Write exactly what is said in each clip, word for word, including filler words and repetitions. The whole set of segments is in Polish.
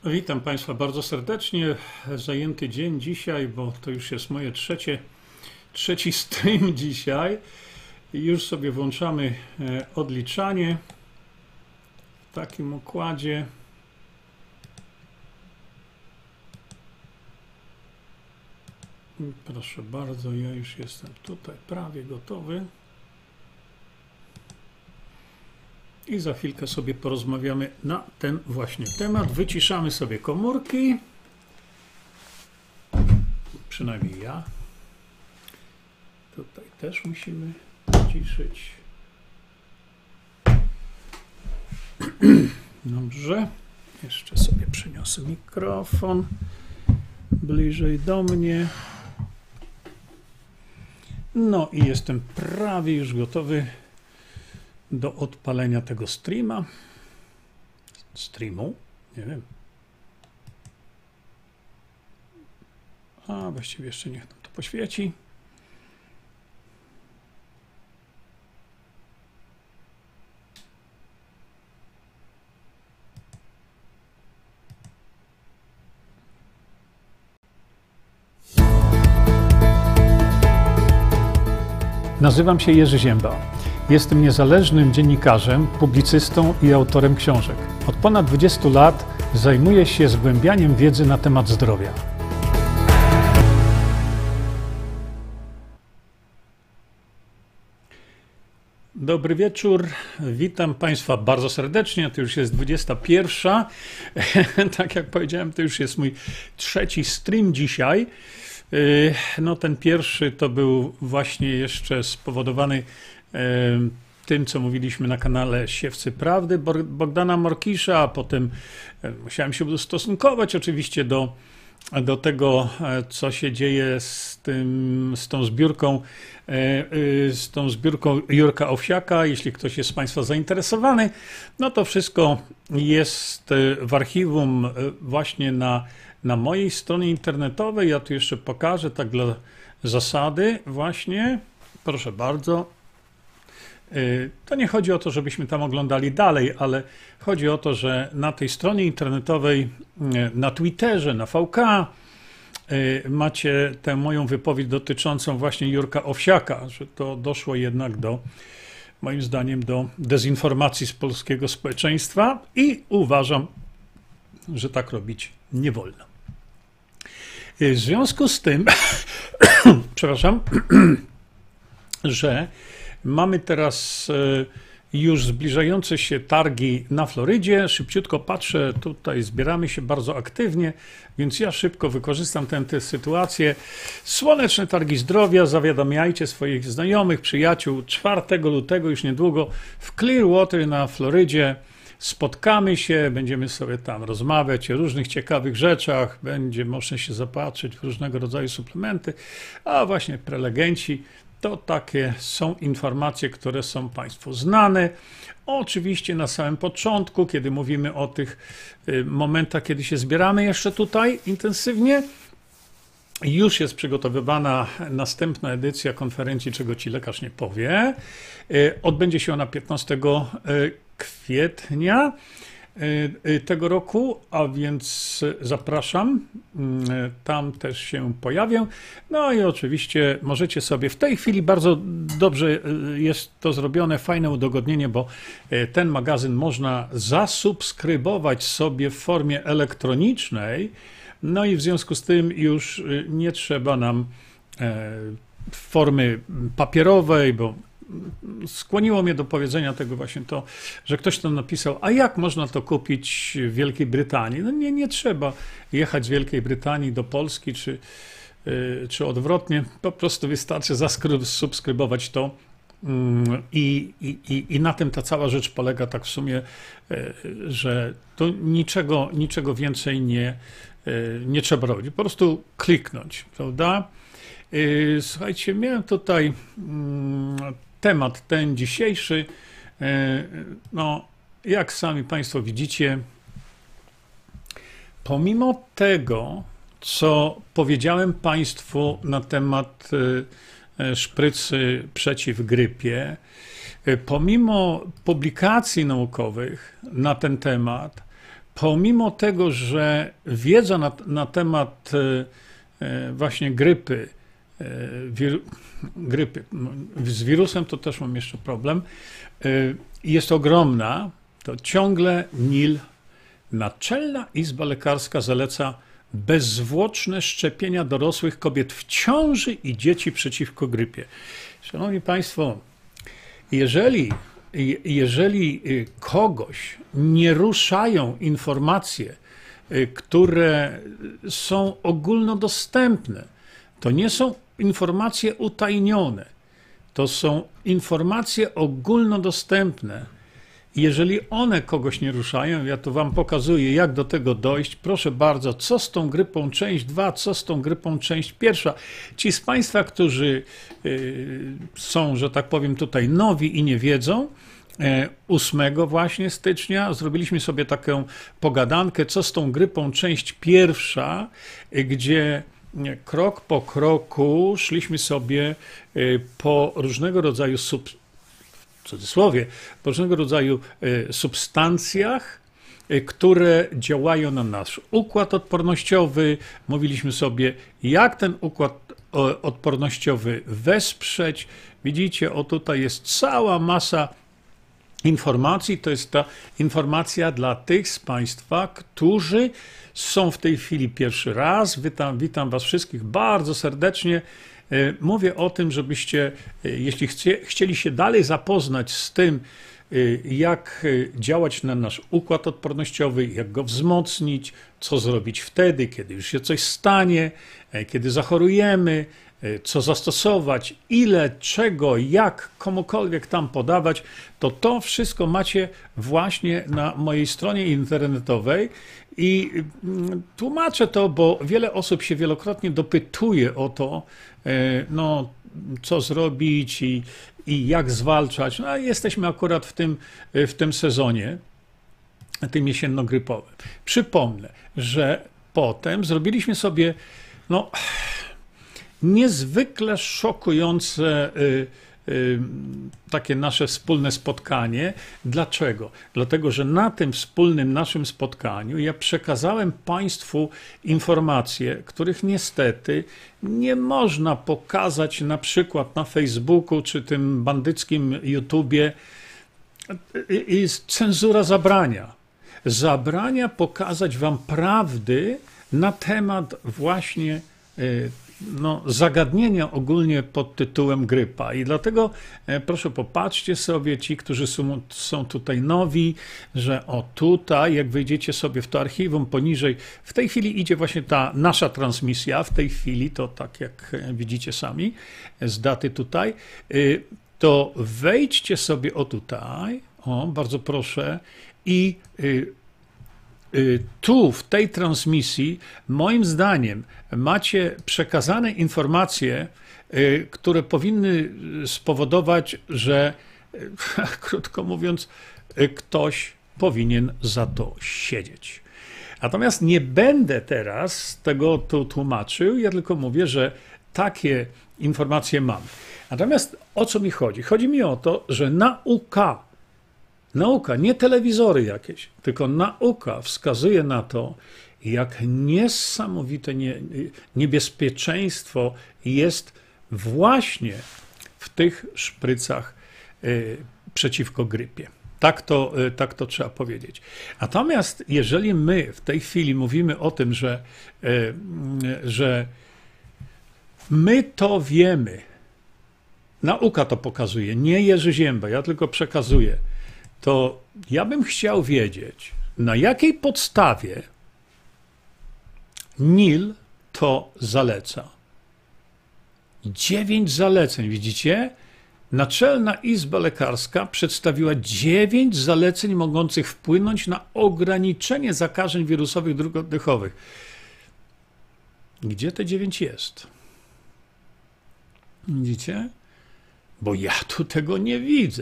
Witam Państwa bardzo serdecznie. Zajęty dzień dzisiaj, bo to już jest moje trzecie, trzeci stream dzisiaj. I już sobie włączamy odliczanie w takim układzie. Proszę bardzo, ja już jestem tutaj prawie gotowy. I za chwilkę sobie porozmawiamy na ten właśnie temat. Wyciszamy sobie komórki. Przynajmniej ja. Tutaj też musimy wyciszyć. Dobrze. Jeszcze sobie przeniosę mikrofon bliżej do mnie. No i jestem prawie już gotowy do odpalenia tego streama. Streamu? Nie wiem. A właściwie jeszcze niech nam to poświeci. Nazywam się Jerzy Ziemba. Jestem niezależnym dziennikarzem, publicystą i autorem książek. Od ponad dwudziestu lat zajmuję się zgłębianiem wiedzy na temat zdrowia. Dobry wieczór, witam Państwa bardzo serdecznie. To już jest dwudziesta pierwsza. Tak jak powiedziałem, to już jest mój trzeci stream dzisiaj. No ten pierwszy to był właśnie jeszcze spowodowany tym, co mówiliśmy na kanale Siewcy Prawdy Bogdana Morkisza, a potem musiałem się ustosunkować oczywiście do, do tego, co się dzieje z, tym, z tą zbiórką, z tą zbiórką Jurka Owsiaka. Jeśli ktoś jest z Państwa zainteresowany, no to wszystko jest w archiwum właśnie na, na mojej stronie internetowej. Ja tu jeszcze pokażę tak dla zasady właśnie. Proszę bardzo. To nie chodzi o to, żebyśmy tam oglądali dalej, ale chodzi o to, że na tej stronie internetowej, na Twitterze, na V K macie tę moją wypowiedź dotyczącą właśnie Jurka Owsiaka, że to doszło jednak do, moim zdaniem, do dezinformacji z polskiego społeczeństwa i uważam, że tak robić nie wolno. W związku z tym, przepraszam, że mamy teraz już zbliżające się targi na Florydzie. Szybciutko patrzę, tutaj zbieramy się bardzo aktywnie, więc ja szybko wykorzystam tę, tę sytuację. Słoneczne targi zdrowia, zawiadamiajcie swoich znajomych, przyjaciół. czwartego lutego już niedługo w Clearwater na Florydzie. Spotkamy się, będziemy sobie tam rozmawiać o różnych ciekawych rzeczach, będzie można się zapatrzyć w różnego rodzaju suplementy, a właśnie prelegenci. To takie są informacje, które są Państwu znane. Oczywiście na samym początku, kiedy mówimy o tych momentach, kiedy się zbieramy jeszcze tutaj intensywnie, już jest przygotowywana następna edycja konferencji Czego Ci Lekarz Nie Powie. Odbędzie się ona piętnastego kwietnia tego roku, a więc zapraszam, tam też się pojawię. No i oczywiście możecie sobie, w tej chwili bardzo dobrze jest to zrobione, fajne udogodnienie, bo ten magazyn można zasubskrybować sobie w formie elektronicznej, no i w związku z tym już nie trzeba nam formy papierowej, bo skłoniło mnie do powiedzenia tego właśnie to, że ktoś tam napisał, a jak można to kupić w Wielkiej Brytanii? No nie, nie trzeba jechać z Wielkiej Brytanii do Polski, czy, czy odwrotnie. Po prostu wystarczy zasubskrybować to i, i, i na tym ta cała rzecz polega tak w sumie, że to niczego, niczego więcej nie, nie trzeba robić. Po prostu kliknąć, prawda? Słuchajcie, miałem tutaj temat ten dzisiejszy, no jak sami Państwo widzicie, pomimo tego, co powiedziałem Państwu na temat szprycy przeciw grypie, pomimo publikacji naukowych na ten temat, pomimo tego, że wiedza na, na temat właśnie grypy, wir, grypy, z wirusem to też mam jeszcze problem, jest ogromna, to ciągle N I L, Naczelna Izba Lekarska, zaleca bezzwłoczne szczepienia dorosłych kobiet w ciąży i dzieci przeciwko grypie. Szanowni Państwo, jeżeli, jeżeli kogoś nie ruszają informacje, które są ogólnodostępne, to nie są informacje utajnione, to są informacje ogólnodostępne. Jeżeli one kogoś nie ruszają, ja tu wam pokazuję, jak do tego dojść. Proszę bardzo, co z tą grypą część dwa, co z tą grypą część pierwsza. Ci z Państwa, którzy y, są, że tak powiem, tutaj nowi i nie wiedzą, ósmego właśnie stycznia zrobiliśmy sobie taką pogadankę, co z tą grypą część pierwsza, gdzie krok po kroku szliśmy sobie po różnego rodzaju sub, w cudzysłowie, po różnego rodzaju substancjach, które działają na nasz układ odpornościowy. Mówiliśmy sobie, jak ten układ odpornościowy wesprzeć. Widzicie, o tutaj jest cała masa informacji. To jest ta informacja dla tych z Państwa, którzy są w tej chwili pierwszy raz. Witam, witam Was wszystkich bardzo serdecznie. Mówię o tym, żebyście, jeśli chcie, chcieli się dalej zapoznać z tym, jak działać na nasz układ odpornościowy, jak go wzmocnić, co zrobić wtedy, kiedy już się coś stanie, kiedy zachorujemy, co zastosować, ile, czego, jak, komukolwiek tam podawać, to to wszystko macie właśnie na mojej stronie internetowej i tłumaczę to, bo wiele osób się wielokrotnie dopytuje o to, no, co zrobić i, i jak zwalczać. No, a jesteśmy akurat w tym, w tym sezonie, tym jesienno-grypowym. Przypomnę, że potem zrobiliśmy sobie, no, niezwykle szokujące y, y, takie nasze wspólne spotkanie. Dlaczego? Dlatego, że na tym wspólnym naszym spotkaniu ja przekazałem Państwu informacje, których niestety nie można pokazać na przykład na Facebooku czy tym bandyckim YouTubie. Jest cenzura zabrania. Zabrania pokazać Wam prawdy na temat właśnie y, no, zagadnienia ogólnie pod tytułem grypa. I dlatego e, proszę popatrzcie sobie, ci, którzy są, są tutaj nowi, że o tutaj, jak wejdziecie sobie w to archiwum poniżej, w tej chwili idzie właśnie ta nasza transmisja, w tej chwili to tak jak widzicie sami z daty tutaj, y, to wejdźcie sobie o tutaj, o bardzo proszę i y, tu, w tej transmisji, moim zdaniem, macie przekazane informacje, które powinny spowodować, że, krótko mówiąc, ktoś powinien za to siedzieć. Natomiast nie będę teraz tego tu tłumaczył, ja tylko mówię, że takie informacje mam. Natomiast o co mi chodzi? Chodzi mi o to, że nauka, Nauka, nie telewizory jakieś, tylko nauka wskazuje na to, jak niesamowite nie, niebezpieczeństwo jest właśnie w tych szprycach y, przeciwko grypie. Tak to, y, tak to trzeba powiedzieć. Natomiast jeżeli my w tej chwili mówimy o tym, że, y, że my to wiemy, nauka to pokazuje, nie Jerzy Zięba, ja tylko przekazuję, to ja bym chciał wiedzieć, na jakiej podstawie N I L to zaleca. Dziewięć zaleceń, widzicie? Naczelna Izba Lekarska przedstawiła dziewięć zaleceń mogących wpłynąć na ograniczenie zakażeń wirusowych dróg oddechowych. Gdzie te dziewięć jest? Widzicie? Bo ja tu tego nie widzę.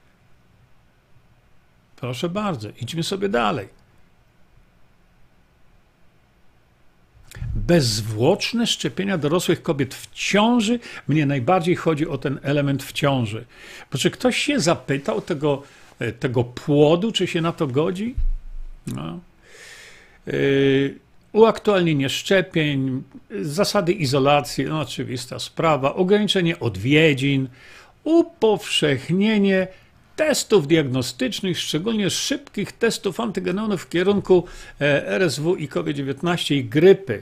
Proszę bardzo, idźmy sobie dalej. Bezzwłoczne szczepienia dorosłych kobiet w ciąży. Mnie najbardziej chodzi o ten element w ciąży. Bo czy ktoś się zapytał tego, tego płodu, czy się na to godzi? No. Yy, uaktualnienie szczepień, zasady izolacji, no oczywista sprawa, ograniczenie odwiedzin, upowszechnienie testów diagnostycznych, szczególnie szybkich testów antygenowych w kierunku R S W i COVID dziewiętnaście i grypy.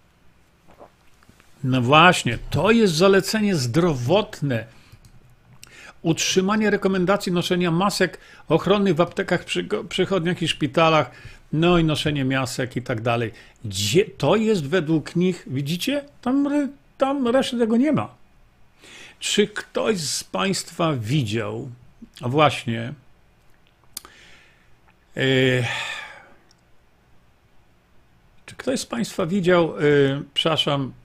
No właśnie, to jest zalecenie zdrowotne. Utrzymanie rekomendacji noszenia masek ochronnych w aptekach, przychodniach i szpitalach, no i noszenie masek i tak dalej. Gdzie to jest według nich, widzicie? Tam, tam reszty tego nie ma. Czy ktoś z Państwa widział, a właśnie, yy, czy ktoś z Państwa widział, yy, przepraszam,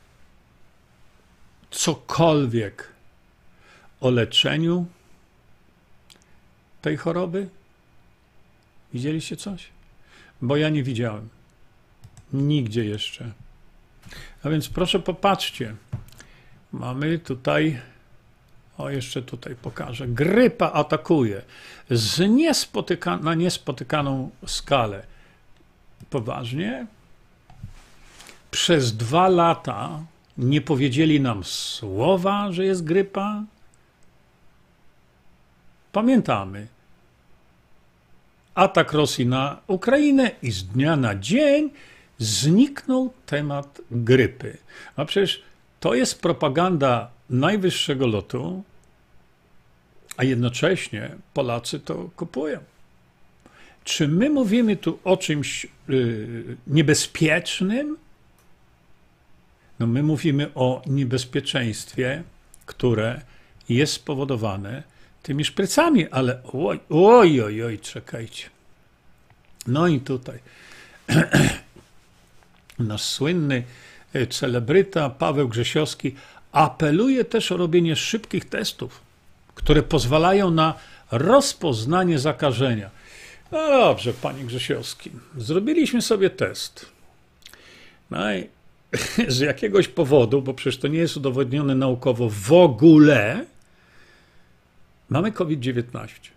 cokolwiek o leczeniu tej choroby? Widzieliście coś? Bo ja nie widziałem. Nigdzie jeszcze. A więc proszę popatrzcie. Mamy tutaj, o jeszcze tutaj pokażę. Grypa atakuje z niespotyka, na niespotykaną skalę. Poważnie? Przez dwa lata nie powiedzieli nam słowa, że jest grypa? Pamiętamy. Atak Rosji na Ukrainę i z dnia na dzień zniknął temat grypy. A przecież to jest propaganda najwyższego lotu, a jednocześnie Polacy to kupują. Czy my mówimy tu o czymś yy, niebezpiecznym? No my mówimy o niebezpieczeństwie, które jest spowodowane tymi szprycami, ale oj, oj, oj, oj, czekajcie. No i tutaj nasz słynny celebryta Paweł Grzesiowski apeluje też o robienie szybkich testów, które pozwalają na rozpoznanie zakażenia. No dobrze, panie Grzesiowski, zrobiliśmy sobie test. No i z jakiegoś powodu, bo przecież to nie jest udowodnione naukowo w ogóle, mamy COVID dziewiętnaście.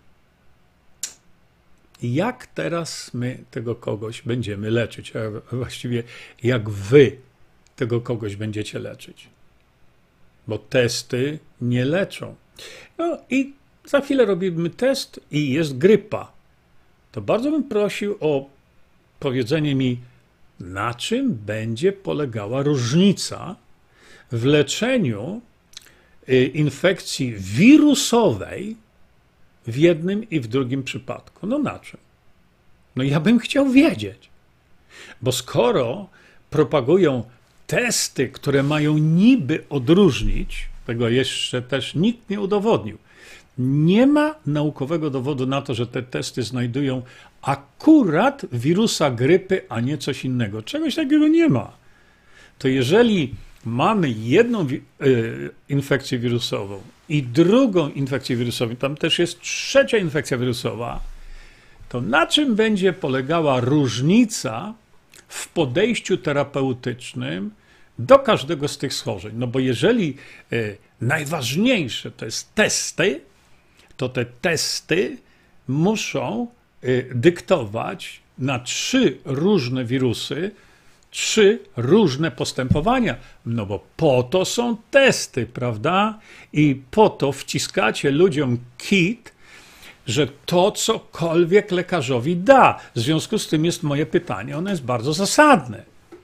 Jak teraz my tego kogoś będziemy leczyć? A właściwie jak wy tego kogoś będziecie leczyć? Bo testy nie leczą. No i za chwilę robimy test i jest grypa. To bardzo bym prosił o powiedzenie mi, na czym będzie polegała różnica w leczeniu infekcji wirusowej w jednym i w drugim przypadku. No na czym? No ja bym chciał wiedzieć. Bo skoro propagują testy, które mają niby odróżnić, tego jeszcze też nikt nie udowodnił, nie ma naukowego dowodu na to, że te testy znajdują akurat wirusa grypy, a nie coś innego. Czegoś takiego nie ma. To jeżeli mamy jedną infekcję wirusową i drugą infekcję wirusową, tam też jest trzecia infekcja wirusowa, to na czym będzie polegała różnica w podejściu terapeutycznym do każdego z tych schorzeń? No bo jeżeli najważniejsze to jest testy, to te testy muszą dyktować na trzy różne wirusy, trzy różne postępowania. No bo po to są testy, prawda? I po to wciskacie ludziom kit, że to cokolwiek lekarzowi da. W związku z tym jest moje pytanie, ono jest bardzo zasadne.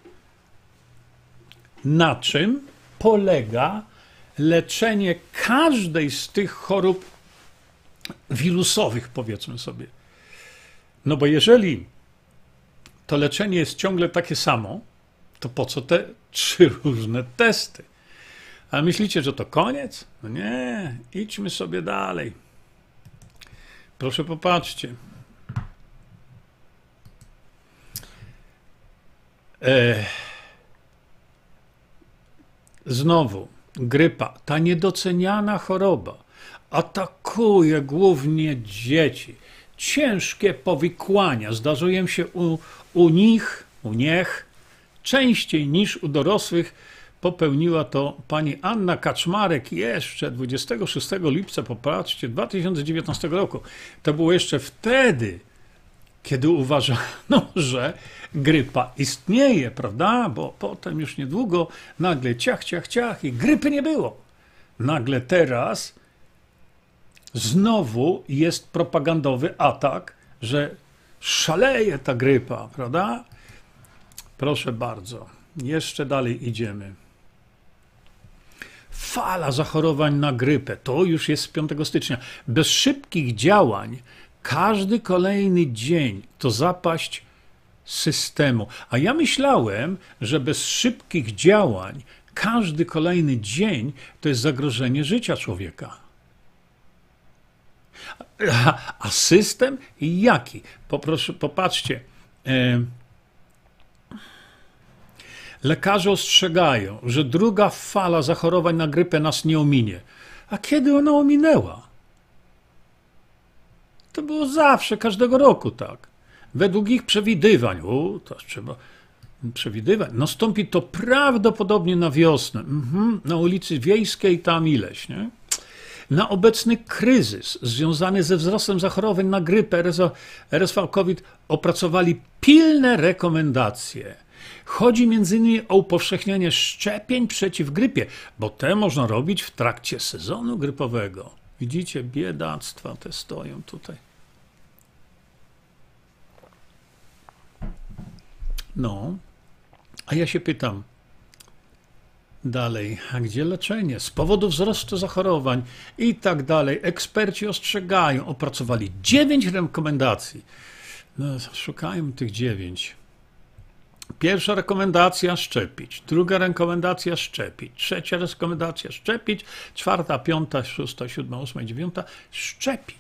Na czym polega leczenie każdej z tych chorób wirusowych, powiedzmy sobie? No bo jeżeli to leczenie jest ciągle takie samo, to po co te trzy różne testy? A myślicie, że to koniec? No nie, idźmy sobie dalej. Proszę popatrzcie. E, znowu, grypa, ta niedoceniana choroba, atakuje głównie dzieci. Ciężkie powikłania zdarzają się u, u nich, u niech, częściej niż u dorosłych. Popełniła to pani Anna Kaczmarek jeszcze dwudziestego szóstego lipca, popatrzcie, dwa tysiące dziewiętnastego roku. To było jeszcze wtedy, kiedy uważano, że grypa istnieje, prawda? Bo potem już niedługo nagle ciach, ciach, ciach i grypy nie było. Nagle teraz znowu jest propagandowy atak, że szaleje ta grypa, prawda? Proszę bardzo, jeszcze dalej idziemy. Fala zachorowań na grypę, to już jest z piątego stycznia. Bez szybkich działań każdy kolejny dzień to zapaść systemu. A ja myślałem, że bez szybkich działań każdy kolejny dzień to jest zagrożenie życia człowieka. A, a system jaki? Poproszę, popatrzcie. E, lekarze ostrzegają, że druga fala zachorowań na grypę nas nie ominie. A kiedy ona ominęła? To było zawsze, każdego roku tak. Według ich przewidywań, o, to trzeba przewidywać, nastąpi to prawdopodobnie na wiosnę, mhm, na ulicy Wiejskiej tam ileś, nie? Na obecny kryzys związany ze wzrostem zachorowań na grypę R S V COVID opracowali pilne rekomendacje. Chodzi między innymi o upowszechnianie szczepień przeciw grypie, bo te można robić w trakcie sezonu grypowego. Widzicie, biedactwa te stoją tutaj. No, a ja się pytam dalej, a gdzie leczenie? Z powodu wzrostu zachorowań i tak dalej. Eksperci ostrzegają, opracowali dziewięć rekomendacji. No, szukają tych dziewięć. Pierwsza rekomendacja szczepić, druga rekomendacja szczepić, trzecia rekomendacja szczepić, czwarta, piąta, szósta, siódma, ósma i dziewiąta szczepić.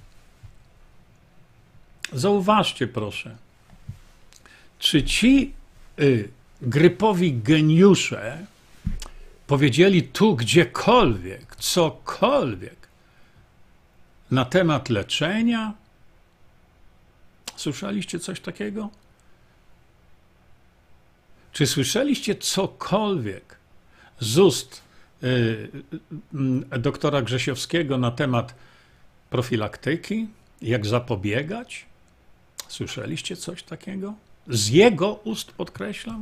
Zauważcie proszę, czy ci y, grypowi geniusze powiedzieli tu gdziekolwiek, cokolwiek na temat leczenia? Słyszeliście coś takiego? Czy słyszeliście cokolwiek z ust y, y, doktora Grzesiowskiego na temat profilaktyki? Jak zapobiegać? Słyszeliście coś takiego? Z jego ust podkreślam?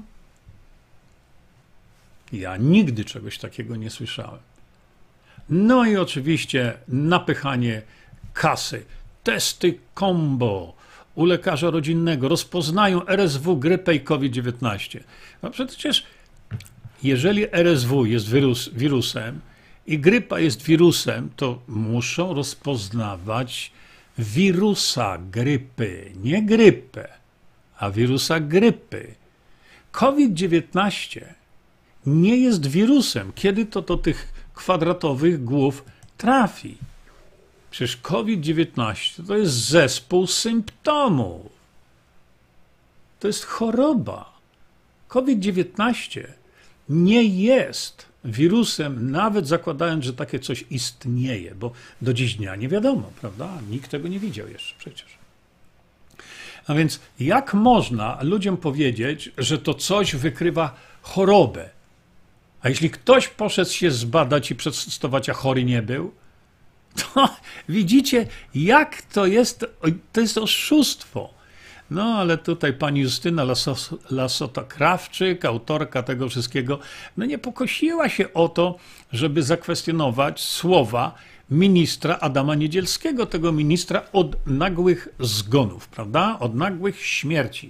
Ja nigdy czegoś takiego nie słyszałem. No i oczywiście napychanie kasy, testy combo u lekarza rodzinnego, rozpoznają R S W, grypę i COVID dziewiętnaście. No przecież jeżeli R S W jest wirus, wirusem i grypa jest wirusem, to muszą rozpoznawać wirusa grypy, nie grypę, a wirusa grypy. COVID dziewiętnaście nie jest wirusem. Kiedy to do tych kwadratowych głów trafi? Przecież COVID dziewiętnaście to jest zespół symptomów. To jest choroba. COVID dziewiętnaście nie jest wirusem, nawet zakładając, że takie coś istnieje, bo do dziś dnia nie wiadomo, prawda? Nikt tego nie widział jeszcze przecież. A więc jak można ludziom powiedzieć, że to coś wykrywa chorobę? A jeśli ktoś poszedł się zbadać i przetestować, a chory nie był, to widzicie, jak to jest, to jest oszustwo. No, ale tutaj pani Justyna Lasota-Krawczyk, autorka tego wszystkiego, no nie pokosiła się o to, żeby zakwestionować słowa ministra Adama Niedzielskiego, tego ministra od nagłych zgonów, prawda? Od nagłych śmierci.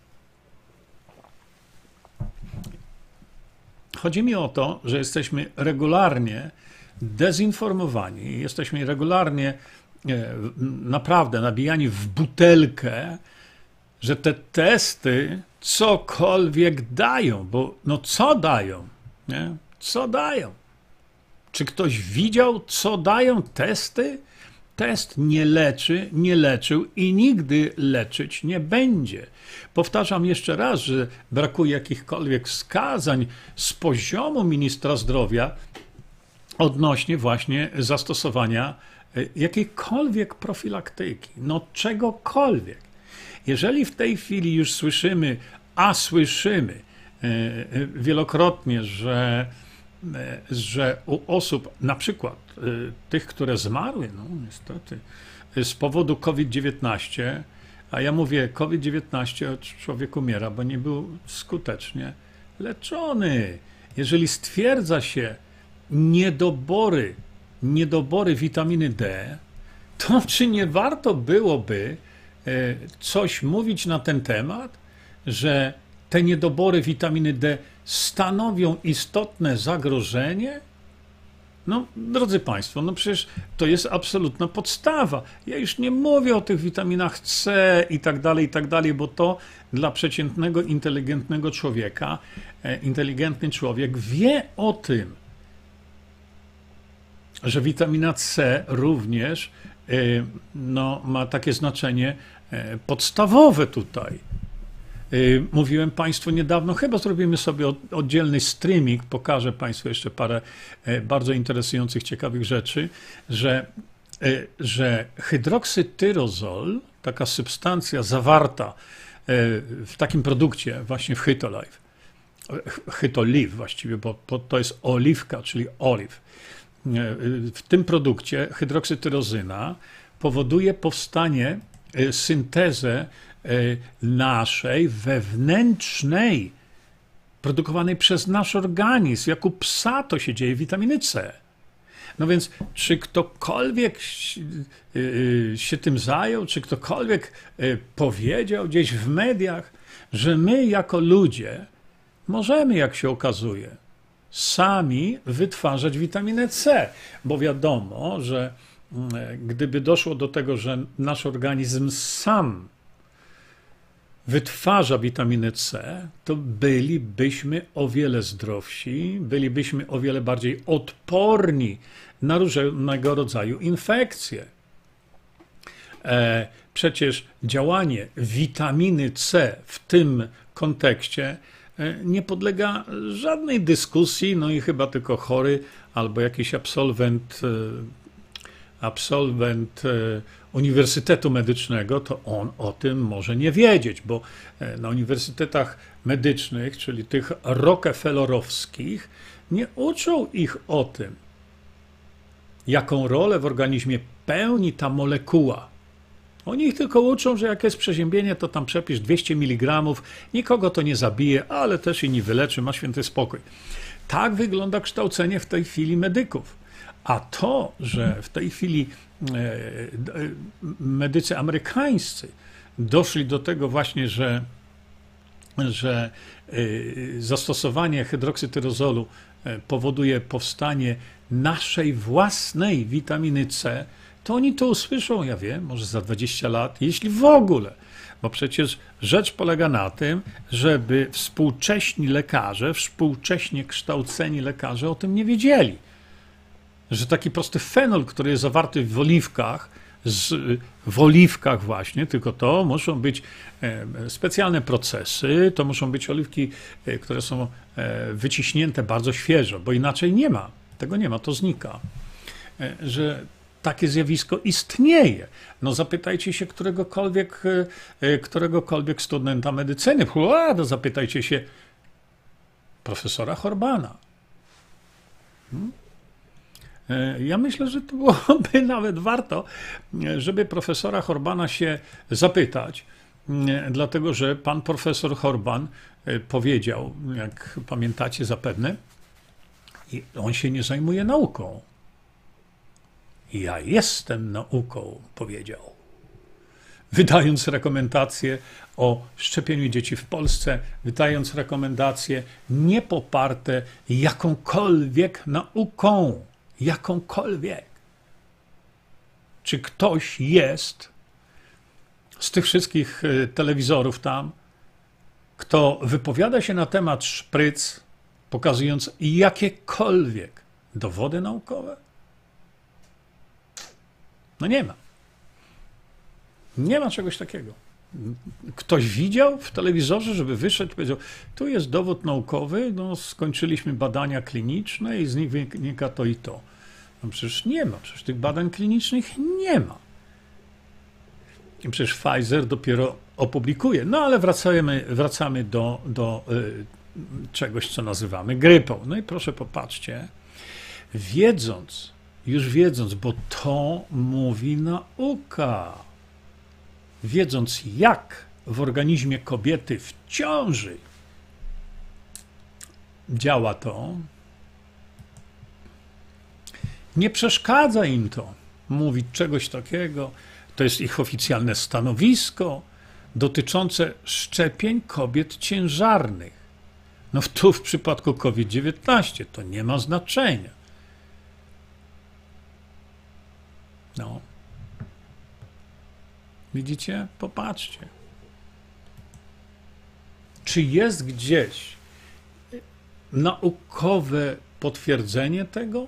Chodzi mi o to, że jesteśmy regularnie dezinformowani, jesteśmy regularnie naprawdę nabijani w butelkę, że te testy cokolwiek dają, bo no co dają, nie? Co dają? Czy ktoś widział, co dają testy? Test nie leczy, nie leczył i nigdy leczyć nie będzie. Powtarzam jeszcze raz, że brakuje jakichkolwiek wskazań z poziomu ministra zdrowia odnośnie właśnie zastosowania jakiejkolwiek profilaktyki, no czegokolwiek. Jeżeli w tej chwili już słyszymy, a słyszymy wielokrotnie, że, że u osób, na przykład tych, które zmarły, no niestety, z powodu COVID dziewiętnaście, A ja mówię, COVID dziewiętnaście, człowiek umiera, bo nie był skutecznie leczony. Jeżeli stwierdza się niedobory, niedobory witaminy D, to czy nie warto byłoby coś mówić na ten temat, że te niedobory witaminy D stanowią istotne zagrożenie? No, drodzy Państwo, no przecież to jest absolutna podstawa. Ja już nie mówię o tych witaminach C i tak dalej, i tak dalej, bo to dla przeciętnego, inteligentnego człowieka, inteligentny człowiek wie o tym, że witamina C również no, ma takie znaczenie podstawowe tutaj. Mówiłem Państwu niedawno, chyba zrobimy sobie oddzielny streaming, pokażę Państwu jeszcze parę bardzo interesujących, ciekawych rzeczy, że, że hydroksytyrozol, taka substancja zawarta w takim produkcie, właśnie w Hytolife, Hytolive właściwie, bo to jest oliwka, czyli oliw. W tym produkcie hydroksytyrozyna powoduje powstanie, syntezę naszej wewnętrznej, produkowanej przez nasz organizm, jak u psa to się dzieje, witaminy C. No więc, czy ktokolwiek się tym zajął, czy ktokolwiek powiedział gdzieś w mediach, że my jako ludzie możemy, jak się okazuje, sami wytwarzać witaminę C, bo wiadomo, że gdyby doszło do tego, że nasz organizm sam wytwarza witaminę C, to bylibyśmy o wiele zdrowsi, bylibyśmy o wiele bardziej odporni na różnego rodzaju infekcje. Przecież działanie witaminy C w tym kontekście nie podlega żadnej dyskusji, no i chyba tylko chory albo jakiś absolwent, absolwent Uniwersytetu Medycznego, to on o tym może nie wiedzieć, bo na uniwersytetach medycznych, czyli tych rockefellerowskich, nie uczą ich o tym, jaką rolę w organizmie pełni ta molekuła. Oni ich tylko uczą, że jak jest przeziębienie, to tam przepisz dwieście miligramów, nikogo to nie zabije, ale też i nie wyleczy, ma święty spokój. Tak wygląda kształcenie w tej chwili medyków. A to, że w tej chwili medycy amerykańscy doszli do tego właśnie, że, że zastosowanie hydroksytyrozolu powoduje powstanie naszej własnej witaminy C, to oni to usłyszą, ja wiem, może za dwadzieścia lat, jeśli w ogóle. Bo przecież rzecz polega na tym, żeby współcześni lekarze, współcześnie kształceni lekarze o tym nie wiedzieli. Że taki prosty fenol, który jest zawarty w oliwkach, z, w oliwkach właśnie, tylko to muszą być specjalne procesy, to muszą być oliwki, które są wyciśnięte bardzo świeżo, bo inaczej nie ma, tego nie ma, to znika. Że takie zjawisko istnieje. No zapytajcie się któregokolwiek, któregokolwiek studenta medycyny, to zapytajcie się profesora Horbana. Hmm? Ja myślę, że to byłoby nawet warto, żeby profesora Horbana się zapytać, dlatego że pan profesor Horban powiedział, jak pamiętacie zapewne, on się nie zajmuje nauką. Ja jestem nauką, powiedział. Wydając rekomendacje o szczepieniu dzieci w Polsce, wydając rekomendacje niepoparte jakąkolwiek nauką. Jakąkolwiek. Czy ktoś jest z tych wszystkich telewizorów tam, kto wypowiada się na temat szpryc, pokazując jakiekolwiek dowody naukowe? No nie ma. Nie ma czegoś takiego. Ktoś widział w telewizorze, żeby wyszedł i powiedział, tu jest dowód naukowy, no skończyliśmy badania kliniczne i z nich wynika to i to. No przecież nie ma, przecież tych badań klinicznych nie ma. I przecież Pfizer dopiero opublikuje. No ale wracamy, wracamy do, do y, czegoś, co nazywamy grypą. No i proszę popatrzcie, wiedząc, już wiedząc, bo to mówi nauka. wiedząc jak w organizmie kobiety w ciąży działa to, nie przeszkadza im to mówić czegoś takiego. To jest ich oficjalne stanowisko dotyczące szczepień kobiet ciężarnych. No tu w przypadku COVID dziewiętnaście to nie ma znaczenia. No. Widzicie? Popatrzcie. Czy jest gdzieś naukowe potwierdzenie tego?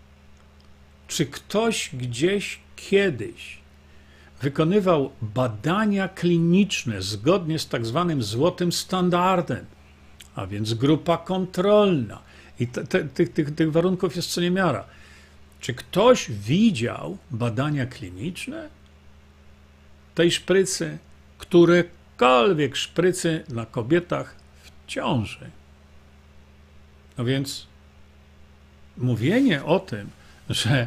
Czy ktoś gdzieś kiedyś wykonywał badania kliniczne zgodnie z tak zwanym złotym standardem, a więc grupa kontrolna i te, te, tych, tych, tych warunków jest co niemiara. Czy ktoś widział badania kliniczne tej szprycy, którekolwiek szprycy na kobietach w ciąży? No więc mówienie o tym, że,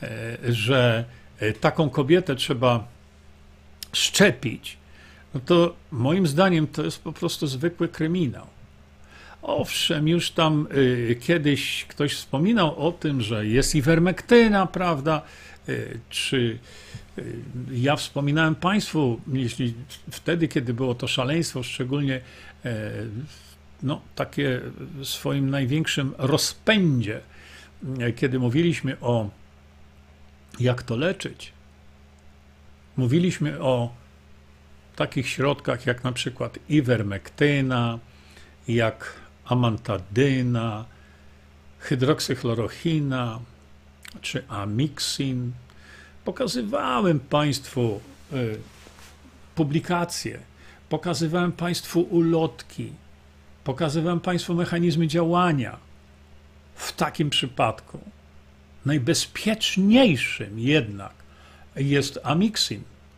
że taką kobietę trzeba szczepić, no to moim zdaniem to jest po prostu zwykły kryminał. Owszem, już tam y, kiedyś ktoś wspominał o tym, że jest iwermektyna, prawda? Y, czy y, ja wspominałem Państwu, jeśli wtedy, kiedy było to szaleństwo, szczególnie y, no, takie w swoim największym rozpędzie, y, kiedy mówiliśmy o jak to leczyć, mówiliśmy o takich środkach jak na przykład iwermektyna, jak amantadyna, hydroksychlorochina czy amiksin. Pokazywałem Państwu y, publikacje, pokazywałem Państwu ulotki, pokazywałem Państwu mechanizmy działania. W takim przypadku najbezpieczniejszym jednak jest amiksin.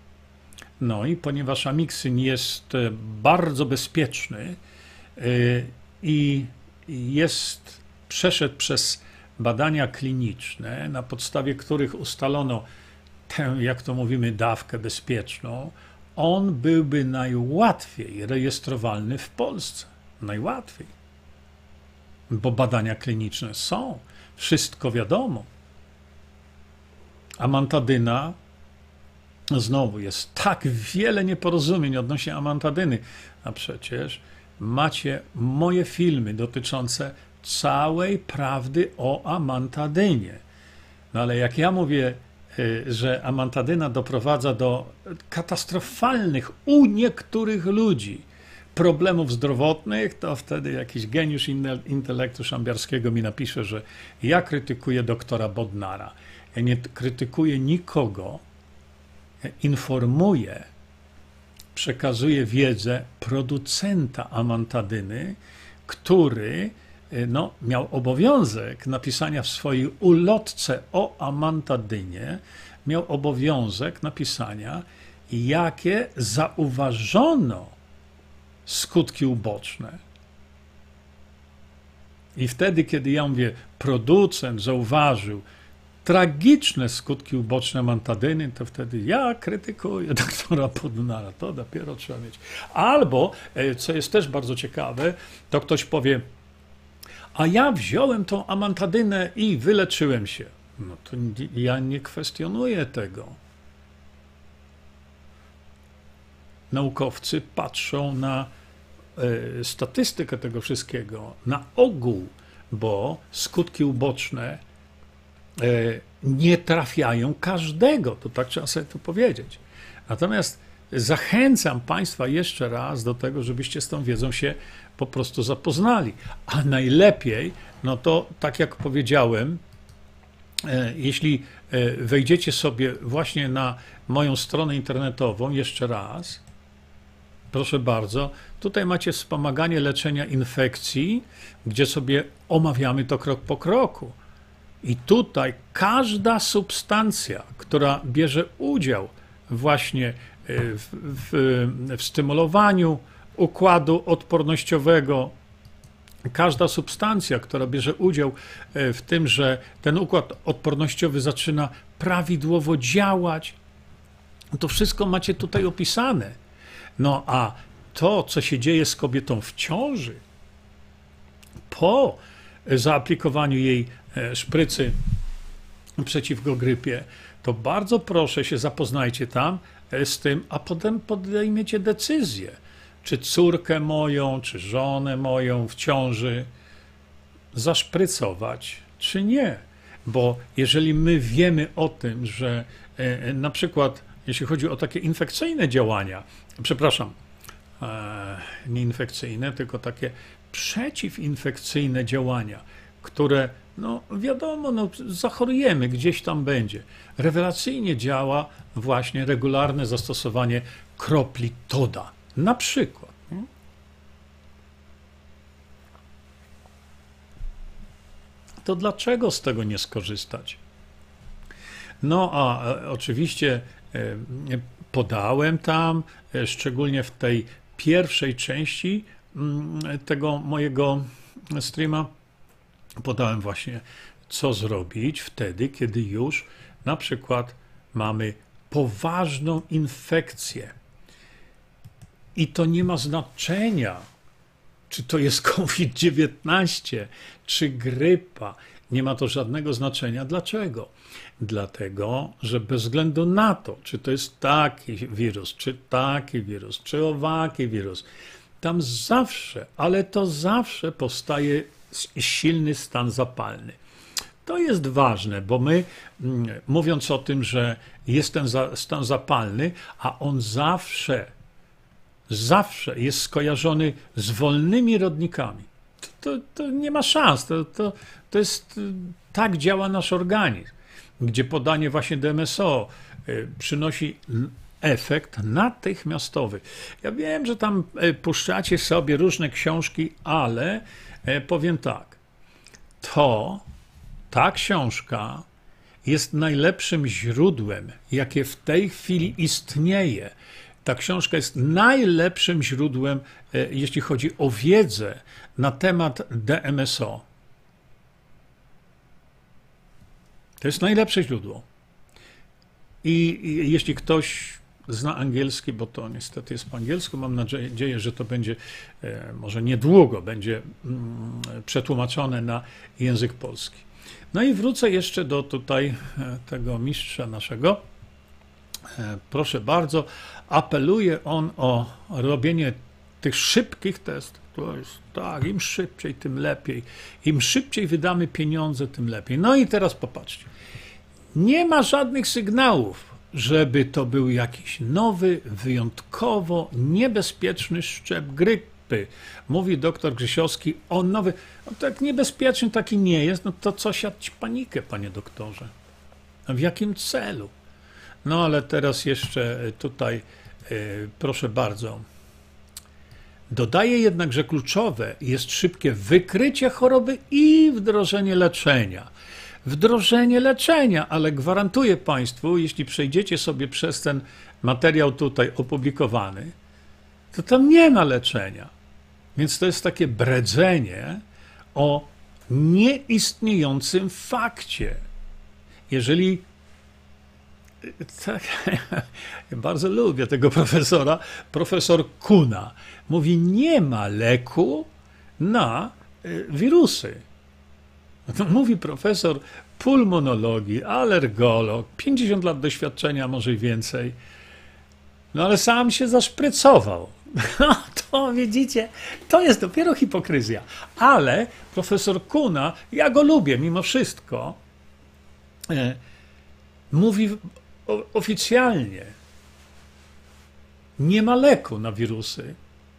No i ponieważ amiksin jest bardzo bezpieczny y, i jest, przeszedł przez badania kliniczne, na podstawie których ustalono tę, jak to mówimy, dawkę bezpieczną, on byłby najłatwiej rejestrowalny w Polsce. Najłatwiej. Bo badania kliniczne są. Wszystko wiadomo. Amantadyna, znowu jest tak wiele nieporozumień odnośnie amantadyny, a przecież macie moje filmy dotyczące całej prawdy o amantadynie. No ale jak ja mówię, że amantadyna doprowadza do katastrofalnych u niektórych ludzi problemów zdrowotnych, to wtedy jakiś geniusz intelektu szambiarskiego mi napisze, że ja krytykuję doktora Bodnara. Ja nie krytykuję nikogo, ja informuję, przekazuje wiedzę producenta amantadyny, który no, miał obowiązek napisania w swojej ulotce o amantadynie, miał obowiązek napisania, jakie zauważono skutki uboczne. I wtedy, kiedy ja mówię, producent zauważył tragiczne skutki uboczne amantadyny, to wtedy ja krytykuję doktora Bodnara. To dopiero trzeba mieć. Albo, co jest też bardzo ciekawe, to ktoś powie, a ja wziąłem tą amantadynę i wyleczyłem się. No to ja nie kwestionuję tego. Naukowcy patrzą na y, statystykę tego wszystkiego, na ogół, bo skutki uboczne y, nie trafiają każdego. To tak trzeba sobie to powiedzieć. Natomiast zachęcam Państwa jeszcze raz do tego, żebyście z tą wiedzą się po prostu zapoznali. A najlepiej, no to tak jak powiedziałem, jeśli wejdziecie sobie właśnie na moją stronę internetową, jeszcze raz, proszę bardzo, tutaj macie wspomaganie leczenia infekcji, gdzie sobie omawiamy to krok po kroku. I tutaj każda substancja, która bierze udział właśnie w, w, w stymulowaniu układu odpornościowego, każda substancja, która bierze udział w tym, że ten układ odpornościowy zaczyna prawidłowo działać, To wszystko macie tutaj opisane. No a to, co się dzieje z kobietą w ciąży, po zaaplikowaniu jej szprycy przeciwko grypie, to bardzo proszę się zapoznajcie tam z tym, a potem podejmiecie decyzję, czy córkę moją, czy żonę moją w ciąży zaszprycować, czy nie. Bo jeżeli my wiemy o tym, że e, na przykład jeśli chodzi o takie infekcyjne działania, przepraszam, e, nie infekcyjne, tylko takie przeciwinfekcyjne działania, które, no wiadomo, no, zachorujemy, gdzieś tam będzie. Rewelacyjnie działa właśnie regularne zastosowanie kropli Toda. Na przykład. Nie? To dlaczego z tego nie skorzystać? No a e, oczywiście e, podałem tam, e, szczególnie w tej pierwszej części m, tego mojego streama, podałem właśnie, co zrobić wtedy, kiedy już na przykład mamy poważną infekcję. I to nie ma znaczenia, czy to jest COVID dziewiętnaście, czy grypa. Nie ma to żadnego znaczenia. Dlaczego? Dlatego, że bez względu na to, czy to jest taki wirus, czy taki wirus, czy owaki wirus, tam zawsze, ale to zawsze powstaje silny stan zapalny. To jest ważne, bo my, mówiąc o tym, że jest ten stan zapalny, a on zawsze, zawsze jest skojarzony z wolnymi rodnikami. To, to, to nie ma szans. To, to, to jest, tak działa nasz organizm, gdzie podanie właśnie D M S O przynosi efekt natychmiastowy. Ja wiem, że tam puszczacie sobie różne książki, ale powiem tak, to ta książka jest najlepszym źródłem, jakie w tej chwili istnieje. Ta książka jest najlepszym źródłem, jeśli chodzi o wiedzę na temat D M S O. To jest najlepsze źródło. I jeśli ktoś zna angielski, bo to niestety jest po angielsku, mam nadzieję, że to będzie, może niedługo, będzie przetłumaczone na język polski. No i wrócę jeszcze do tutaj tego mistrza naszego. Proszę bardzo, apeluje on o robienie tych szybkich testów. To jest tak, im szybciej, tym lepiej. Im szybciej wydamy pieniądze, tym lepiej. No i teraz popatrzcie. Nie ma żadnych sygnałów, żeby to był jakiś nowy, wyjątkowo niebezpieczny szczep grypy. Mówi doktor Grzesiowski o nowy, no tak niebezpieczny taki nie jest, no to co siać panikę, panie doktorze? A w jakim celu? No ale teraz jeszcze tutaj, yy, proszę bardzo. Dodaje jednak, że kluczowe jest szybkie wykrycie choroby i wdrożenie leczenia. Wdrożenie leczenia, ale gwarantuję Państwu, jeśli przejdziecie sobie przez ten materiał tutaj opublikowany, to tam nie ma leczenia. Więc to jest takie bredzenie o nieistniejącym fakcie. Jeżeli tak, ja bardzo lubię tego profesora, profesor Kuna, mówi, nie ma leku na wirusy. To mówi profesor pulmonologii, alergolog, pięćdziesiąt lat doświadczenia, może i więcej. No ale sam się zaszprycował. No to widzicie, to jest dopiero hipokryzja. Ale profesor Kuna, ja go lubię mimo wszystko, e, mówi o, oficjalnie, nie ma leku na wirusy.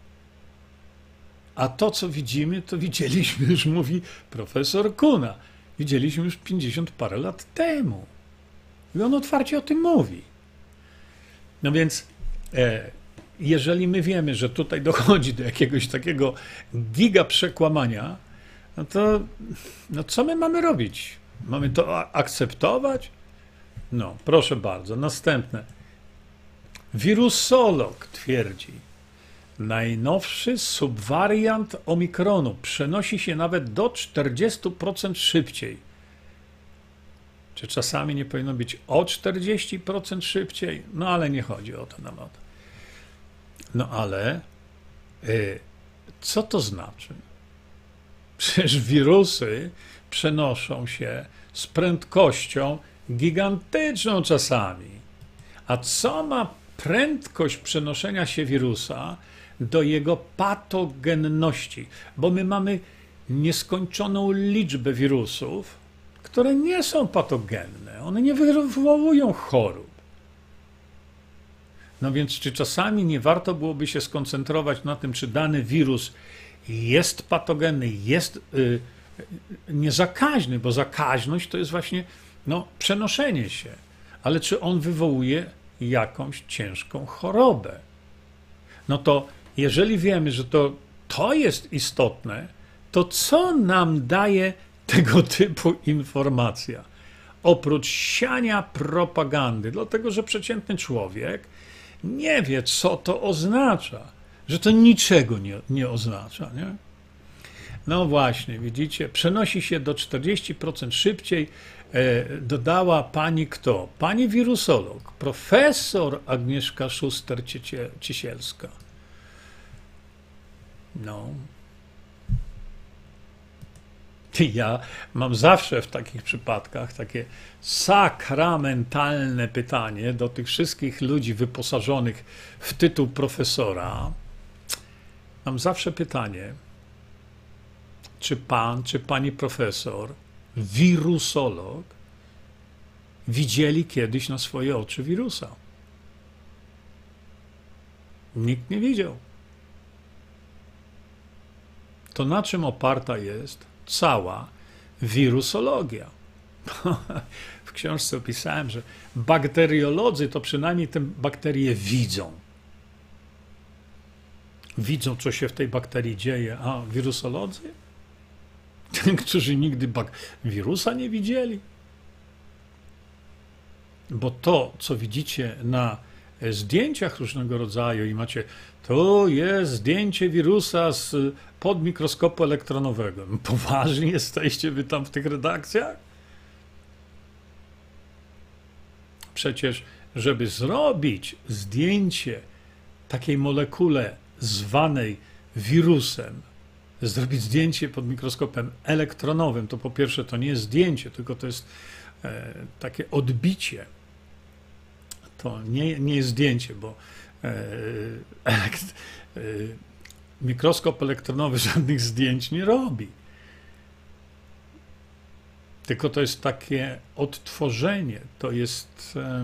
A to, co widzimy, to widzieliśmy już, mówi profesor Kuna. Widzieliśmy już pięćdziesiąt parę lat temu. I on otwarcie o tym mówi. No więc, e, jeżeli my wiemy, że tutaj dochodzi do jakiegoś takiego giga przekłamania, no to no co my mamy robić? Mamy to akceptować? No, proszę bardzo. Następne. Wirusolog twierdzi, najnowszy subwariant Omikronu przenosi się nawet do czterdziestu procent szybciej. Czy czasami nie powinno być o czterdzieści procent szybciej? No ale nie chodzi o to nawet. No ale y, co to znaczy? Przecież wirusy przenoszą się z prędkością gigantyczną czasami. A co ma prędkość przenoszenia się wirusa do jego patogenności? Bo my mamy nieskończoną liczbę wirusów, które nie są patogenne. One nie wywołują chorób. No więc czy czasami nie warto byłoby się skoncentrować na tym, czy dany wirus jest patogenny, jest y, niezakaźny, bo zakaźność to jest właśnie no, przenoszenie się. Ale czy on wywołuje jakąś ciężką chorobę? No to jeżeli wiemy, że to, to jest istotne, to co nam daje tego typu informacja? Oprócz siania propagandy, dlatego że przeciętny człowiek nie wie, co to oznacza, że to niczego nie, nie oznacza. Nie? No właśnie, widzicie, przenosi się do czterdzieści procent szybciej, e, dodała pani kto? Pani wirusolog, profesor Agnieszka Szuster-Ciesielska. No. Ja mam zawsze w takich przypadkach takie sakramentalne pytanie do tych wszystkich ludzi wyposażonych w tytuł profesora. Mam zawsze pytanie, czy pan, czy pani profesor, wirusolog, widzieli kiedyś na swoje oczy wirusa? Nikt nie widział. To na czym oparta jest cała wirusologia? W książce opisałem, że bakteriolodzy to przynajmniej te bakterie widzą. Widzą, co się w tej bakterii dzieje, a wirusolodzy? Którzy nigdy bak- wirusa nie widzieli. Bo to, co widzicie na zdjęciach różnego rodzaju i macie, to jest zdjęcie wirusa z pod mikroskopu elektronowego. Poważnie jesteście wy tam w tych redakcjach? Przecież, żeby zrobić zdjęcie takiej molekule zwanej wirusem, zrobić zdjęcie pod mikroskopem elektronowym, to po pierwsze to nie jest zdjęcie, tylko to jest e, takie odbicie. To nie, nie jest zdjęcie, bo e, elekt, e, mikroskop elektronowy żadnych zdjęć nie robi. Tylko to jest takie odtworzenie, to jest... E,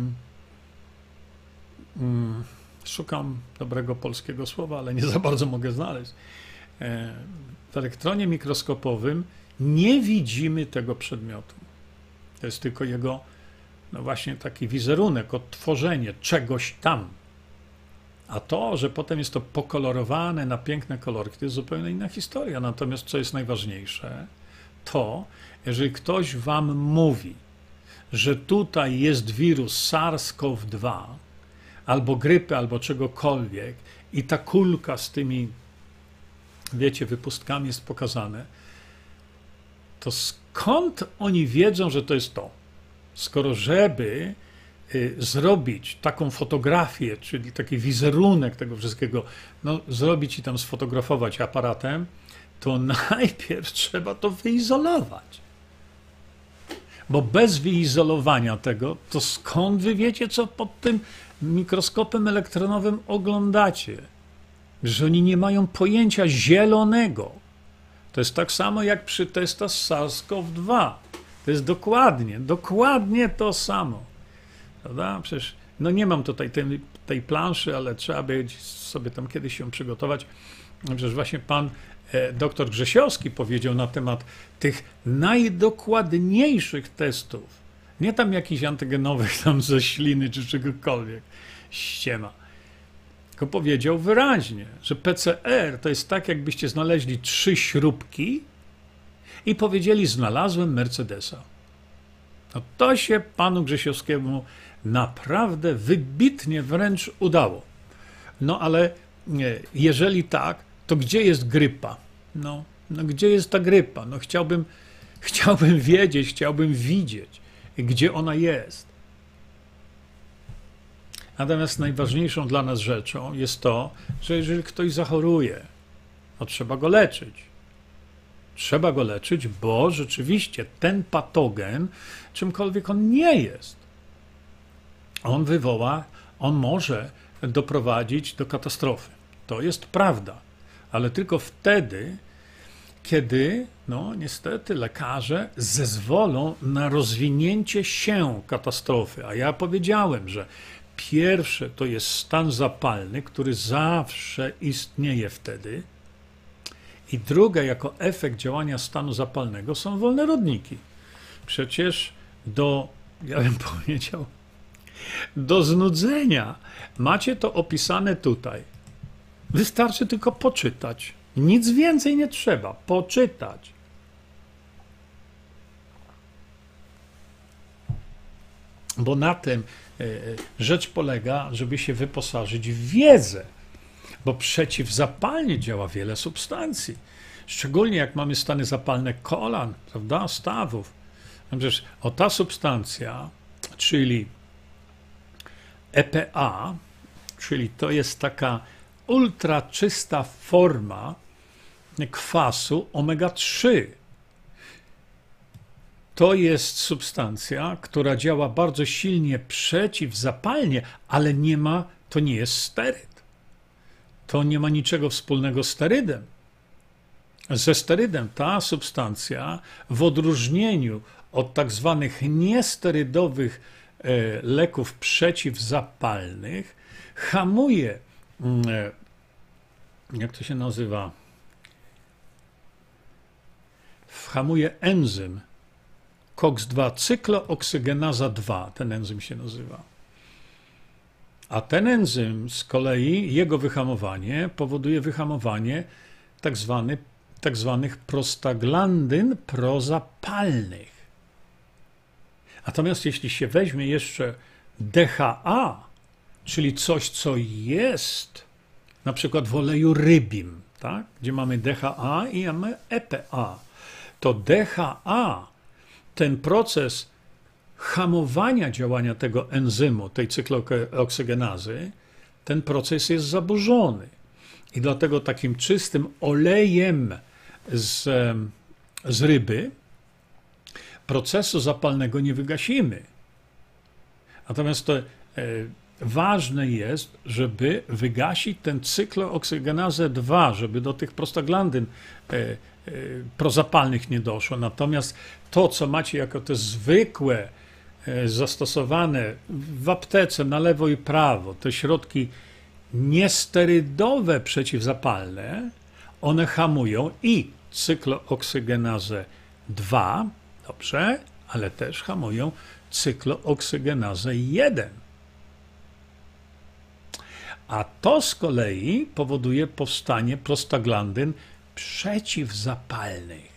mm, szukam dobrego polskiego słowa, ale nie za bardzo mogę znaleźć. E, w elektronie mikroskopowym nie widzimy tego przedmiotu. To jest tylko jego, no właśnie taki wizerunek, odtworzenie czegoś tam. A to, że potem jest to pokolorowane na piękne kolorki, to jest zupełnie inna historia. Natomiast co jest najważniejsze, to jeżeli ktoś wam mówi, że tutaj jest wirus SARS-CoV dwa, albo grypy, albo czegokolwiek i ta kulka z tymi, wiecie, wypustkami jest pokazane, to skąd oni wiedzą, że to jest to? Skoro żeby y, zrobić taką fotografię, czyli taki wizerunek tego wszystkiego, no zrobić i tam sfotografować aparatem, to najpierw trzeba to wyizolować. Bo bez wyizolowania tego, to skąd wy wiecie, co pod tym mikroskopem elektronowym oglądacie? Że oni nie mają pojęcia zielonego. To jest tak samo jak przy testach z SARS-CoV dwa. To jest dokładnie, dokładnie to samo. Prawda? Przecież, no nie mam tutaj tej, tej planszy, ale trzeba by sobie tam kiedyś się przygotować. Przecież właśnie pan e, doktor Grzesiowski powiedział na temat tych najdokładniejszych testów. Nie tam jakichś antygenowych tam ze śliny czy czegokolwiek. Ściema. Tylko powiedział wyraźnie, że P C R to jest tak, jakbyście znaleźli trzy śrubki i powiedzieli, znalazłem Mercedesa. No to się panu Grzesiowskiemu naprawdę wybitnie wręcz udało. No ale nie, jeżeli tak, to gdzie jest grypa? No, no gdzie jest ta grypa? No chciałbym, chciałbym wiedzieć, chciałbym widzieć, gdzie ona jest. Natomiast najważniejszą dla nas rzeczą jest to, że jeżeli ktoś zachoruje, to trzeba go leczyć. Trzeba go leczyć, bo rzeczywiście ten patogen, czymkolwiek on nie jest, on wywoła, on może doprowadzić do katastrofy. To jest prawda, ale tylko wtedy, kiedy, no niestety, lekarze zezwolą na rozwinięcie się katastrofy. A ja powiedziałem, że pierwsze to jest stan zapalny, który zawsze istnieje wtedy. I druga, jako efekt działania stanu zapalnego, są wolne rodniki. Przecież do, ja bym powiedział, do znudzenia macie to opisane tutaj. Wystarczy tylko poczytać. Nic więcej nie trzeba. Poczytać. Bo na tym rzecz polega, żeby się wyposażyć w wiedzę. Bo przeciwzapalnie działa wiele substancji. Szczególnie jak mamy stany zapalne kolan, prawda, stawów. Przecież o ta substancja, czyli E P A, czyli to jest taka ultra czysta forma kwasu omega trzy. To jest substancja, która działa bardzo silnie przeciwzapalnie, ale nie ma, to nie jest steryd. To nie ma niczego wspólnego z sterydem. Ze sterydem ta substancja, w odróżnieniu od tak zwanych niesterydowych e, leków przeciwzapalnych, hamuje, e, jak to się nazywa, hamuje enzym C O X dwa, cykloooksygenaza dwa, ten enzym się nazywa. A ten enzym z kolei, jego wyhamowanie powoduje wyhamowanie tak, zwany, tak zwanych prostaglandyn prozapalnych. Natomiast jeśli się weźmie jeszcze D H A, czyli coś, co jest na przykład w oleju rybim, tak? Gdzie mamy D H A i mamy E P A, to D H A, ten proces hamowania działania tego enzymu, tej cykloooksygenazy, ten proces jest zaburzony. I dlatego takim czystym olejem z, z ryby procesu zapalnego nie wygasimy. Natomiast to e, ważne jest, żeby wygasić ten cykloooksygenazę dwa, żeby do tych prostaglandyn e, e, prozapalnych nie doszło. Natomiast to, co macie jako te zwykłe, zastosowane w aptece na lewo i prawo, te środki niesterydowe przeciwzapalne, one hamują i cykloooksygenazę dwa, dobrze, ale też hamują cykloooksygenazę jeden. A to z kolei powoduje powstanie prostaglandyn przeciwzapalnych.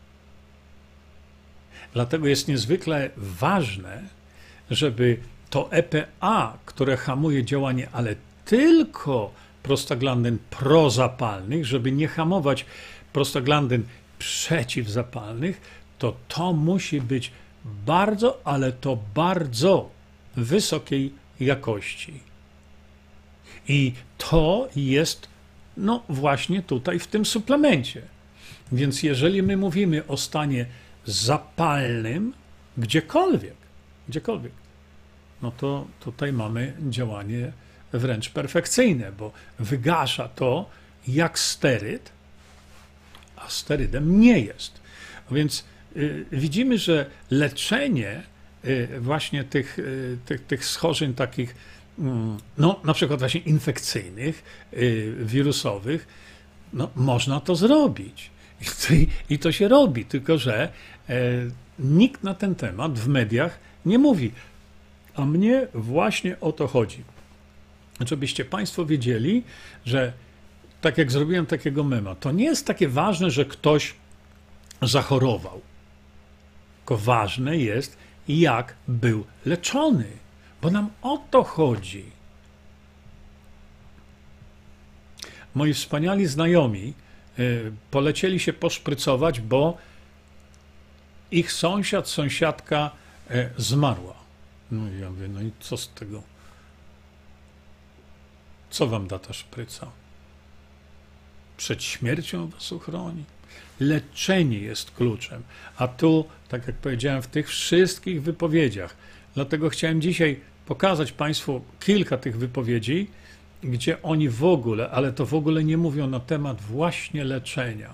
Dlatego jest niezwykle ważne, żeby to E P A, które hamuje działanie, ale tylko prostaglandyn prozapalnych, żeby nie hamować prostaglandyn przeciwzapalnych, to to musi być bardzo, ale to bardzo wysokiej jakości. I to jest, no właśnie tutaj w tym suplemencie. Więc jeżeli my mówimy o stanie zapalnym, gdziekolwiek, gdziekolwiek, no to tutaj mamy działanie wręcz perfekcyjne, bo wygasza to jak steryd, a sterydem nie jest. A więc y, widzimy, że leczenie y, właśnie tych, y, tych, tych schorzeń takich, y, no na przykład właśnie infekcyjnych, y, wirusowych, no można to zrobić. I to, I to się robi, tylko że e, nikt na ten temat w mediach nie mówi. A mnie właśnie o to chodzi. Żebyście Państwo wiedzieli, że tak jak zrobiłem takiego mema, to nie jest takie ważne, że ktoś zachorował. Tylko ważne jest, jak był leczony, bo nam o to chodzi. Moi wspaniali znajomi polecieli się poszprycować, bo ich sąsiad, sąsiadka e, zmarła. No i ja mówię, no i co z tego? Co wam da ta szpryca? Przed śmiercią was uchroni. Leczenie jest kluczem. A tu, tak jak powiedziałem, w tych wszystkich wypowiedziach, dlatego chciałem dzisiaj pokazać Państwu kilka tych wypowiedzi, gdzie oni w ogóle, ale to w ogóle nie mówią na temat właśnie leczenia.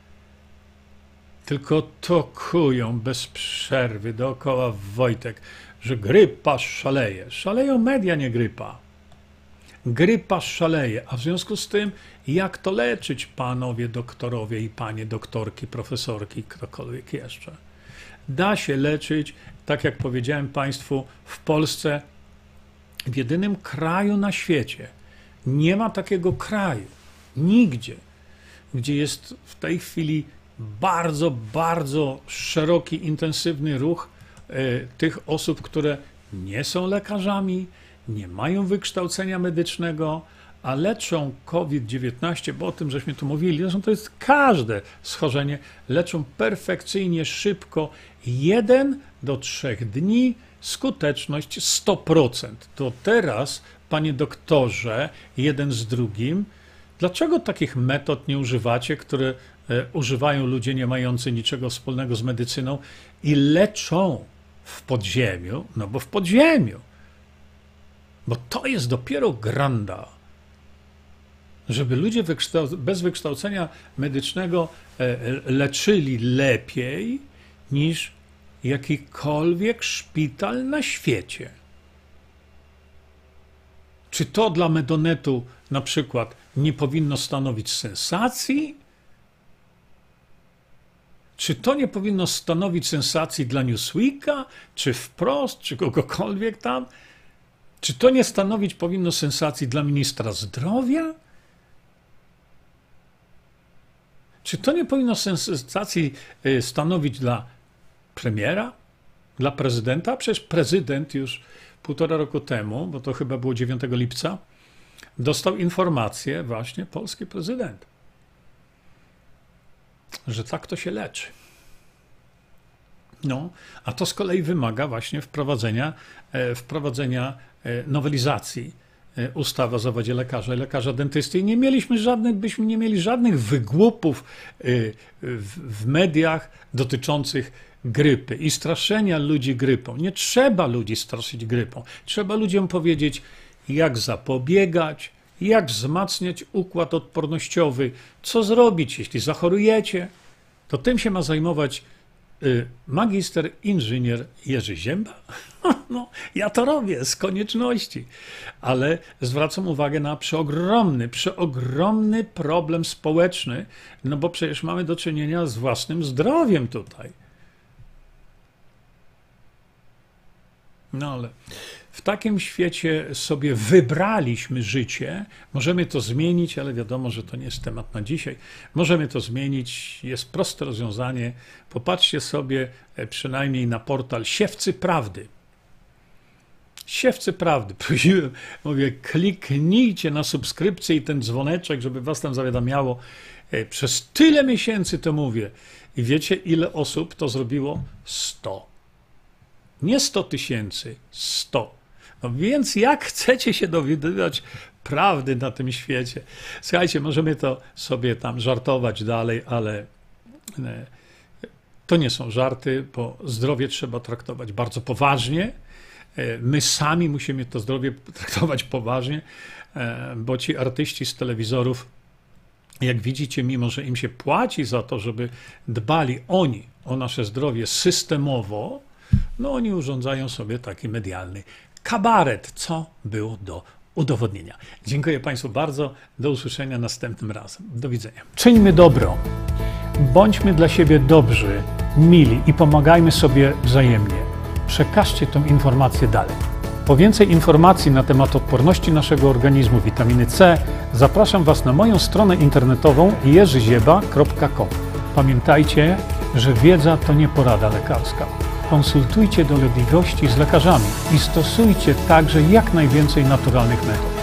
Tylko tokują bez przerwy dookoła Wojtek, że grypa szaleje. Szaleją media, nie grypa. Grypa szaleje, a w związku z tym, jak to leczyć, panowie doktorowie i panie doktorki, profesorki, ktokolwiek jeszcze? Da się leczyć, tak jak powiedziałem Państwu, w Polsce, w jedynym kraju na świecie. Nie ma takiego kraju, nigdzie, gdzie jest w tej chwili bardzo, bardzo szeroki, intensywny ruch y, tych osób, które nie są lekarzami, nie mają wykształcenia medycznego, a leczą COVID dziewiętnaście, bo o tym żeśmy tu mówili, zresztą to jest każde schorzenie, leczą perfekcyjnie, szybko, jeden do trzech dni, skuteczność sto procent. To teraz, panie doktorze, jeden z drugim, dlaczego takich metod nie używacie, które e, używają ludzie nie mający niczego wspólnego z medycyną i leczą w podziemiu? No bo w podziemiu. Bo to jest dopiero granda, żeby ludzie wykształ- bez wykształcenia medycznego e, leczyli lepiej niż jakikolwiek szpital na świecie. Czy to dla Medonetu na przykład nie powinno stanowić sensacji? Czy to nie powinno stanowić sensacji dla Newsweeka, czy Wprost, czy kogokolwiek tam? Czy to nie stanowić powinno sensacji dla ministra zdrowia? Czy to nie powinno sensacji stanowić dla premiera, dla prezydenta? Przecież prezydent już półtora roku temu, bo to chyba było dziewiątego lipca, dostał informację, właśnie polski prezydent, że tak to się leczy. No, a to z kolei wymaga właśnie wprowadzenia, e, wprowadzenia e, nowelizacji e, ustawy o zawodzie lekarza i lekarza dentysty. I nie mieliśmy żadnych, byśmy nie mieli żadnych wygłupów e, w, w mediach dotyczących grypy i straszenia ludzi grypą. Nie trzeba ludzi straszyć grypą. Trzeba ludziom powiedzieć, jak zapobiegać, jak wzmacniać układ odpornościowy, co zrobić, jeśli zachorujecie. To tym się ma zajmować magister inżynier Jerzy Ziemba? No, ja to robię z konieczności, ale zwracam uwagę na przeogromny, przeogromny problem społeczny, no bo przecież mamy do czynienia z własnym zdrowiem tutaj. No ale w takim świecie sobie wybraliśmy życie. Możemy to zmienić, ale wiadomo, że to nie jest temat na dzisiaj. Możemy to zmienić, jest proste rozwiązanie. Popatrzcie sobie przynajmniej na portal Siewcy Prawdy. Siewcy Prawdy. Prosiłem, mówię, kliknijcie na subskrypcję i ten dzwoneczek, żeby was tam zawiadamiało. Przez tyle miesięcy to mówię. I wiecie, ile osób to zrobiło? sto. Nie sto tysięcy, sto. No więc jak chcecie się dowiadywać prawdy na tym świecie? Słuchajcie, możemy to sobie tam żartować dalej, ale to nie są żarty, bo zdrowie trzeba traktować bardzo poważnie. My sami musimy to zdrowie traktować poważnie, bo ci artyści z telewizorów, jak widzicie, mimo że im się płaci za to, żeby dbali oni o nasze zdrowie systemowo, no oni urządzają sobie taki medialny kabaret, co było do udowodnienia. Dziękuję Państwu bardzo. Do usłyszenia następnym razem. Do widzenia. Czyńmy dobro. Bądźmy dla siebie dobrzy, mili i pomagajmy sobie wzajemnie. Przekażcie tę informację dalej. Po więcej informacji na temat odporności naszego organizmu, witaminy C, zapraszam Was na moją stronę internetową jerzy zieba kropka com. Pamiętajcie, że wiedza to nie porada lekarska. Konsultujcie dolegliwości z lekarzami i stosujcie także jak najwięcej naturalnych metod.